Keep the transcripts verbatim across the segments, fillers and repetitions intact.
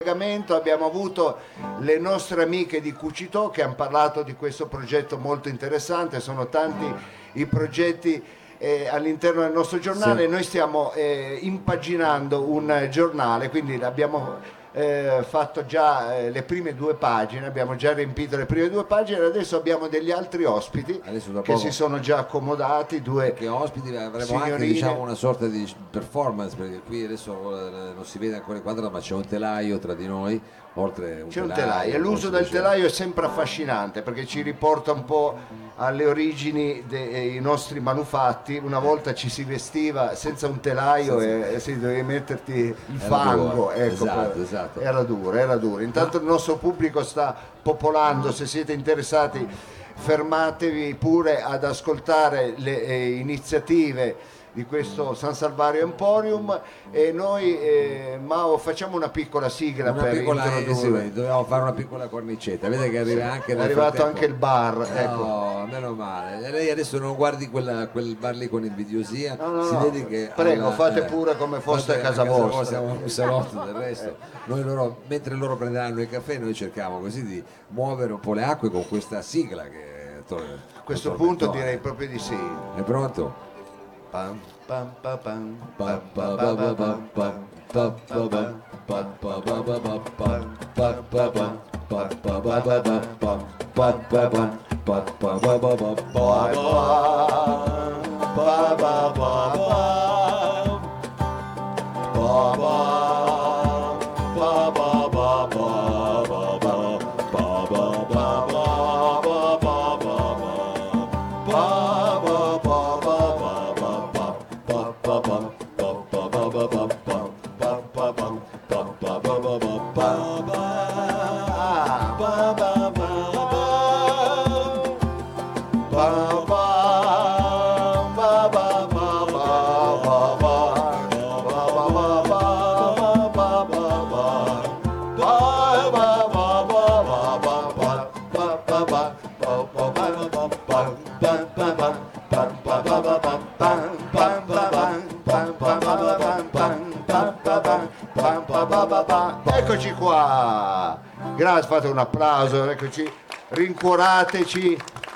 Abbiamo avuto le nostre amiche di Cucito che hanno parlato di questo progetto molto interessante. Sono tanti i progetti eh, all'interno del nostro giornale. Sì. Noi stiamo eh, impaginando un giornale, quindi abbiamo eh, fatto già eh, le prime due pagine, abbiamo già riempito le prime due pagine e adesso abbiamo degli altri ospiti che poco, si sono già accomodati. Due che ospiti avremo signorine. anche, diciamo, una sorta di performance, perché qui adesso non si vede ancora il quadro, ma c'è un telaio tra di noi. Oltre un C'è un telaio, telaio e l'uso del diceva. telaio è sempre affascinante perché ci riporta un po' alle origini dei nostri manufatti. Una volta ci si vestiva senza un telaio senza... e, e si dovevi metterti il era fango, ecco, esatto, per... esatto. era duro, era duro. Intanto no. Il nostro pubblico sta popolando, se siete interessati fermatevi pure ad ascoltare le eh, iniziative di questo San Salvario Emporium e noi eh, Mao facciamo una piccola sigla una per piccola, introdurre. Eh sì, dovevamo fare una piccola cornicetta, vede che arriva sì, anche è arrivato frattempo. Anche il bar, no, ecco. Meno male. E lei adesso non guardi quella, quel bar lì con invidiosia, no, no, si no. dedichi prego alla, fate eh, pure come fosse a casa, casa vostra, siamo un salotto del resto. Noi loro, mentre loro prenderanno il caffè noi cerchiamo così di muovere un po' le acque con questa sigla che a questo punto direi proprio di sì. È pronto? Pam, pam, pam, pam, pam, pam, pam, pam, Eccoci qua, grazie, fate un applauso, eccoci, rincuorateci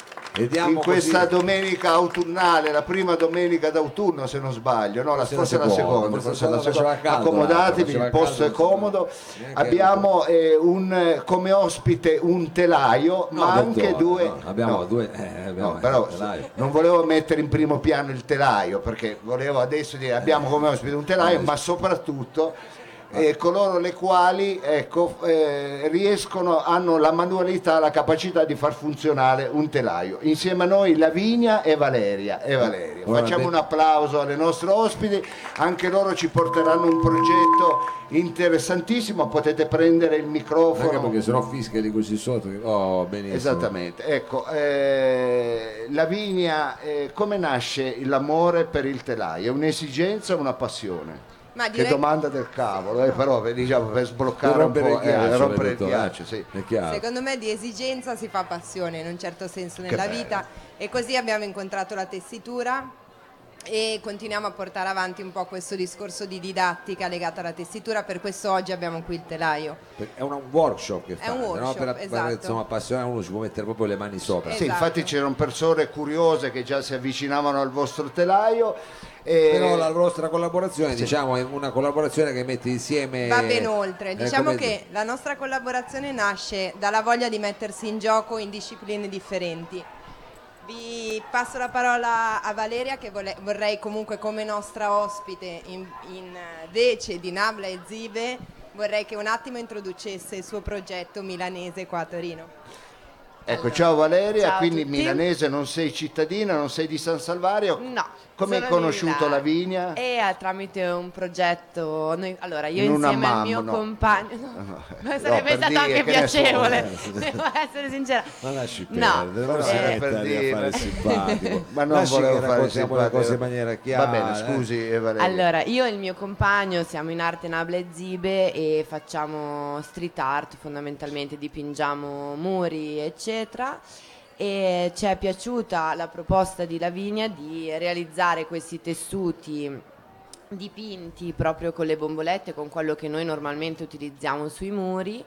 in questa così... domenica autunnale, la prima domenica d'autunno se non sbaglio, no, la forse la seconda, forse la seconda. Accomodatevi, il posto è comodo. Abbiamo eh, un, come ospite un telaio, no, ma dottore, anche due. No, abbiamo no, due. Eh, abbiamo no, però non volevo mettere in primo piano il telaio perché volevo adesso dire abbiamo come ospite un telaio, ma soprattutto. E coloro le quali ecco, eh, riescono, hanno la manualità, la capacità di far funzionare un telaio. Insieme a noi Lavinia e Valeria. E Valeria. Facciamo un applauso alle nostre ospiti, anche loro ci porteranno un progetto interessantissimo, potete prendere il microfono. Anche perché sennò fischia di così sotto. Oh, benissimo. Esattamente, ecco, eh, Lavinia, eh, come nasce l'amore per il telaio? È un'esigenza o una passione? Ma direi... Che domanda del cavolo, eh, però diciamo per sbloccare un po', il ghiaccio, eh, rompere il detto, ghiaccio, eh? sì. Secondo me di esigenza si fa passione in un certo senso nella vita e così abbiamo incontrato la tessitura e continuiamo a portare avanti un po' questo discorso di didattica legata alla tessitura, per questo oggi abbiamo qui il telaio. È un workshop che fa, un workshop, no? Per, esatto. per insomma, appassionato uno ci può mettere proprio le mani sopra. Sì, esatto. Infatti c'erano persone curiose che già si avvicinavano al vostro telaio. E... Però la vostra collaborazione, sì. diciamo, è una collaborazione che mette insieme... Va ben oltre, eh, diciamo come... che la nostra collaborazione nasce dalla voglia di mettersi in gioco in discipline differenti. Vi passo la parola a Valeria che vole- vorrei comunque come nostra ospite in, in vece di Nabla e Zibe, vorrei che un attimo introducesse il suo progetto milanese qua a Torino. Ecco, allora, ciao Valeria, ciao quindi milanese, non sei cittadina, non sei di San Salvario? No. Come hai conosciuto Lavinia? E eh, tramite un progetto, noi, allora io In insieme hammam, al mio no. compagno, no, no, no, sarebbe no, stato dire, anche piacevole, so, devo essere sincera. Ma lasci no, perdere, non eh, si metta per lì dire, a fare simpatico. Ma non Lasci volevo che fare raccontiamo le cose in maniera chiara. Va bene, scusi eh. Valeria. Allora, io e il mio compagno siamo in arte Nabla e Zibe e facciamo street art, fondamentalmente dipingiamo muri, eccetera. E ci è piaciuta la proposta di Lavinia di realizzare questi tessuti dipinti proprio con le bombolette, con quello che noi normalmente utilizziamo sui muri.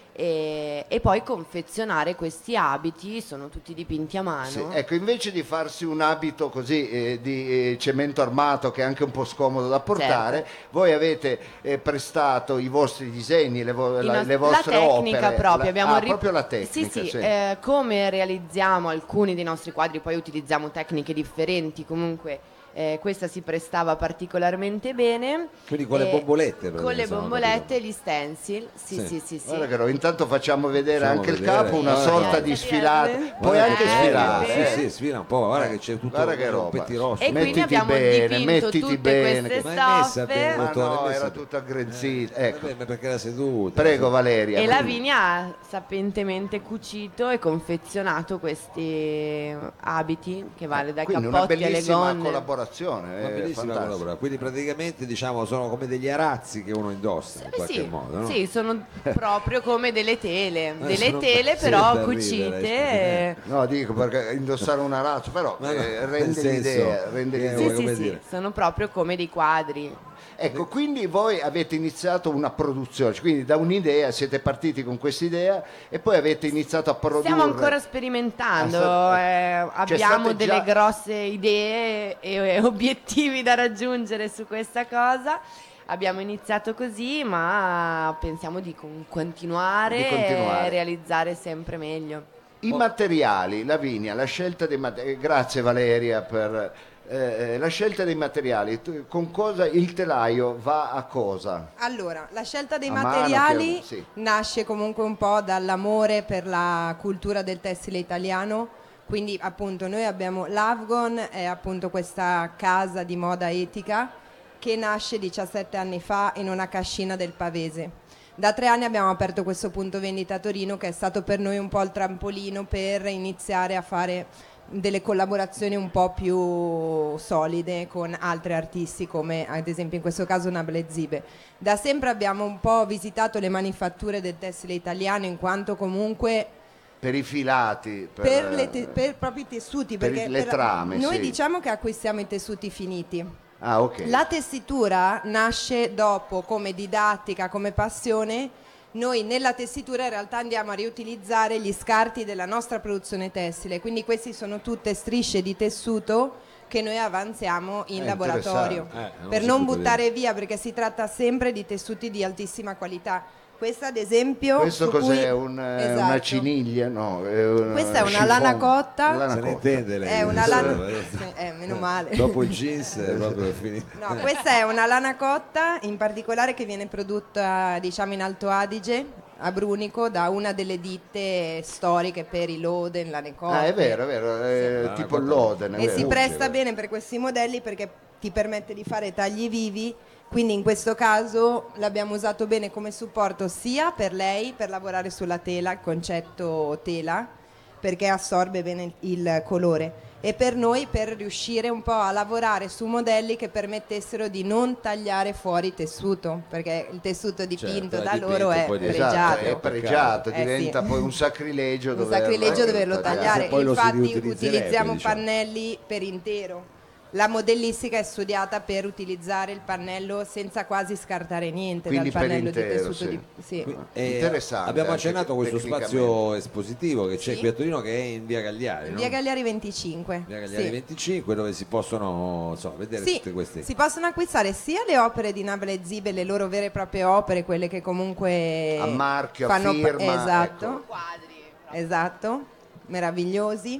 E, e poi confezionare questi abiti, sono tutti dipinti a mano. Sì, ecco, invece di farsi un abito così eh, di eh, cemento armato, che è anche un po' scomodo da portare, Certo. voi avete eh, prestato i vostri disegni, le, vo- I la, nos- le vostre la tecnica opere. proprio, La- abbiamo ah, ri- proprio la tecnica. Sì, sì, sì. eh, come realizziamo alcuni dei nostri quadri, poi utilizziamo tecniche differenti, comunque eh, questa si prestava particolarmente bene. Quindi con le Eh, bombolette, Con le praticamente, se non ho bombolette e gli stencil, sì, Sì. sì, sì, sì. Guarda che no, intanto facciamo vedere Facciamo anche vedere. il capo, una Guarda sorta che- di sfilata. Guarda Puoi Guarda anche che bello, sfilare. Sì, eh. sì, sfila un po', guarda Eh, che c'è tutto guarda che un roba. pettirosso. E quindi Mettiti abbiamo bene, dipinto mettiti tutte bene. queste Ma è messa stoffe. bene, Ma dottore, no, è messa era bene. tutto aggrezzito. Eh, Ecco. vabbè, ma perché era seduta. Prego Valeria. E Lavinia ha sapientemente cucito e confezionato questi abiti, che vale dai Quindi una cappotti alle bellissima gonne. collaborazione. Una eh, bellissima fantastico. collaborazione. Quindi praticamente diciamo sono come degli arazzi che uno indossa in Eh qualche sì, modo, no? sì, sono proprio come delle tele, delle sono- tele sì, però da ridere, cucite. eh. No, dico perché indossare un arazzo, però Ma no, eh, nel rende senso, l'idea. Rende eh, l'idea. Sì, come sì, sì, dire. sono proprio come dei quadri. Ecco, quindi voi avete iniziato una produzione, quindi da un'idea siete partiti con questa idea e poi avete iniziato a produrre. Stiamo ancora sperimentando, Ah, sta- eh, cioè, abbiamo state delle già- grosse idee e, e obiettivi da raggiungere su questa cosa. Abbiamo iniziato così, ma pensiamo di con- continuare, Di continuare. e realizzare sempre meglio. I materiali, Lavinia, la scelta dei materiali, grazie Valeria per eh, la scelta dei materiali, Tu- con cosa il telaio va a cosa? Allora, la scelta dei A mano, materiali che- sì. nasce comunque un po' dall'amore per la cultura del tessile italiano, quindi appunto noi abbiamo l'Avgon, è appunto questa casa di moda etica che nasce diciassette anni fa in una cascina del Pavese. Da tre anni abbiamo aperto questo punto vendita a Torino, che è stato per noi un po' il trampolino per iniziare a fare delle collaborazioni un po' più solide con altri artisti, come ad esempio in questo caso Nablé Zibe. Da sempre abbiamo un po' visitato le manifatture del tessile italiano, in quanto comunque Per i filati, per, per, le te- per proprio i tessuti, per perché le per- trame, noi sì. diciamo che acquistiamo i tessuti finiti. Ah, ok. La tessitura nasce dopo come didattica, come passione. Noi nella tessitura in realtà andiamo a riutilizzare gli scarti della nostra produzione tessile, quindi questi sono tutte strisce di tessuto che noi avanziamo in È laboratorio interessante. Eh, non per si non può buttare via, perché si tratta sempre di tessuti di altissima qualità. Questa ad esempio Questo su cos'è? cui- Un, eh, Esatto. una ciniglia? No, è una Questa è una chiffon. lana cotta. Lana Se ne cotta. intende lei. È una Sì, lana, eh. sì, eh, meno male. Dopo il jeans è proprio finito. No, questa è una lana cotta, in particolare che viene prodotta diciamo in Alto Adige, a Brunico, da una delle ditte storiche per i Loden, la Necotte. Ah, è vero, è vero, è Sì. tipo il Lana cotta. Loden. è E vero. si Funge, presta vero. bene per questi modelli perché ti permette di fare tagli vivi, quindi in questo caso l'abbiamo usato bene come supporto sia per lei per lavorare sulla tela, il concetto tela, perché assorbe bene il colore, e per noi per riuscire un po' a lavorare su modelli che permettessero di non tagliare fuori il tessuto, perché il tessuto dipinto Certo, da è loro dipinto, è poi di- Esatto, pregiato. è pregiato, Eh, diventa sì. poi un sacrilegio Un doverlo sacrilegio doverlo tagliare, E poi lo si infatti riutilizzerebbe, utilizziamo diciamo. pannelli per intero. La modellistica è studiata per utilizzare il pannello senza quasi scartare niente Quindi dal per pannello intero, di tessuto sì. di sì. E Interessante abbiamo anche accennato a questo tecnicamente. spazio espositivo che c'è Sì. qui a Torino, che è in via Gagliari, no? Via Gagliari venticinque. Via Gagliari Sì. venticinque, dove si possono insomma, vedere Sì, tutte queste. si possono acquistare sia le opere di Nablé Zibe, le loro vere e proprie opere, quelle che comunque A marchio, a fanno firma, esatto, ecco. Quadri. esatto, meravigliosi,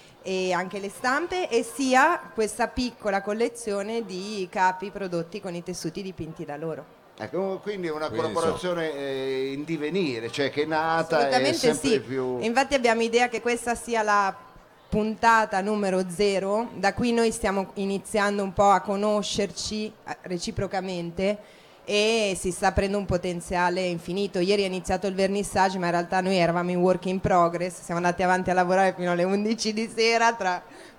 e anche le stampe, e sia questa piccola collezione di capi prodotti con i tessuti dipinti da loro. Ecco, quindi è una Quindi, collaborazione eh, in divenire, cioè che è nata e Assolutamente sempre sì. più... E infatti abbiamo idea che questa sia la puntata numero zero, da cui noi stiamo iniziando un po' a conoscerci eh, reciprocamente, e si sta aprendo un potenziale infinito. Ieri è iniziato il vernissage, ma in realtà noi eravamo in work in progress, siamo andati avanti a lavorare fino alle undici di sera tra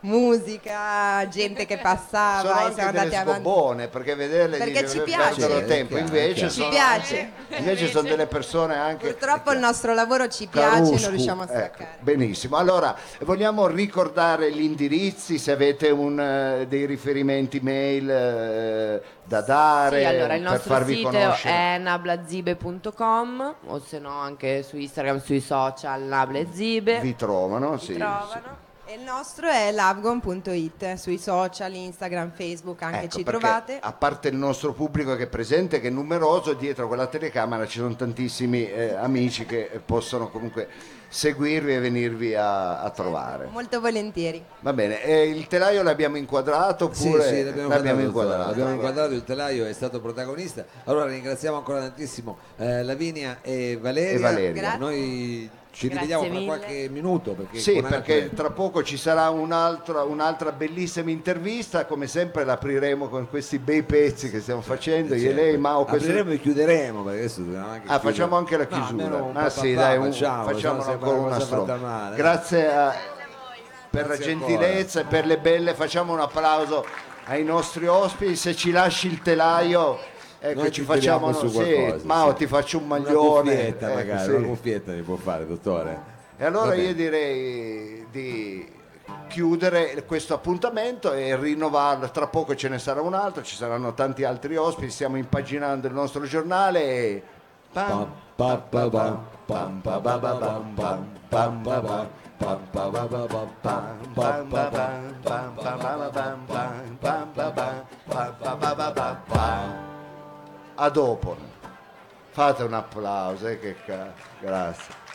musica, gente che passava, Sono e anche siamo delle andati avanti. sbobone, perché vederle Perché dice, ci "Eh, piace." perdono Sì, tempo, è chiaro, è invece chiaro. Ci sono, piace. invece sono delle persone anche... Purtroppo il nostro lavoro ci piace e Caruscu, non riusciamo a ecco, staccare. benissimo, allora vogliamo ricordare gli indirizzi, se avete un, eh, dei riferimenti mail, eh, da dare Sì, allora il per nostro farvi sito conoscere? è nablazibe punto com o se no anche su Instagram, sui social nablazibe. Vi trovano, Mi sì, sì. trovano. E il nostro è lavgon punto it, sui social, Instagram, Facebook, anche Ecco, ci perché trovate. a parte il nostro pubblico che è presente, che è numeroso, dietro quella telecamera ci sono tantissimi eh, amici che possono comunque seguirvi e venirvi a, a trovare. Molto volentieri. Va bene, e il telaio l'abbiamo inquadrato Sì, oppure sì, l'abbiamo, l'abbiamo inquadrato, inquadrato? l'abbiamo inquadrato, il telaio è stato protagonista. Allora ringraziamo ancora tantissimo eh, Lavinia e Valeria. E Valeria. Grazie. Noi ci Grazie rivediamo fra mille. qualche minuto perché Sì, con perché altre- tra poco ci sarà un'altra, un'altra bellissima intervista, come sempre l'apriremo con questi bei pezzi che stiamo facendo, io e Certo. lei, Mao. questo- Apriremo e chiuderemo perché adesso dobbiamo anche Ah, chiudere. facciamo anche la No, chiusura. almeno un Ah, pa- sì, pa- dai, un- facciamolo, facciamolo sennò ancora sembra una una cosa strofa. fatta male. Grazie a- per la Grazie gentilezza e per le belle, facciamo un applauso ai nostri ospiti. Se ci lasci il telaio, ecco, Noi ci ci facciamo tiriamo su sì, qualcosa, Mao, sì. ti faccio un Una maglione. cuffietta ecco, magari, sì. una cuffietta mi può fare, dottore. E allora Va bene. io direi di chiudere questo appuntamento e rinnovarlo. Tra poco ce ne sarà un altro, ci saranno tanti altri ospiti, stiamo impaginando il nostro giornale e... Pam, pa, pa, pam, pam, pa, pa, pa, pam, pam, pam, pa, pa, pam, pa, pa, pa, pam, pam, pam, pa, pa. A dopo. Fate un applauso, eh, che cazzo. Grazie.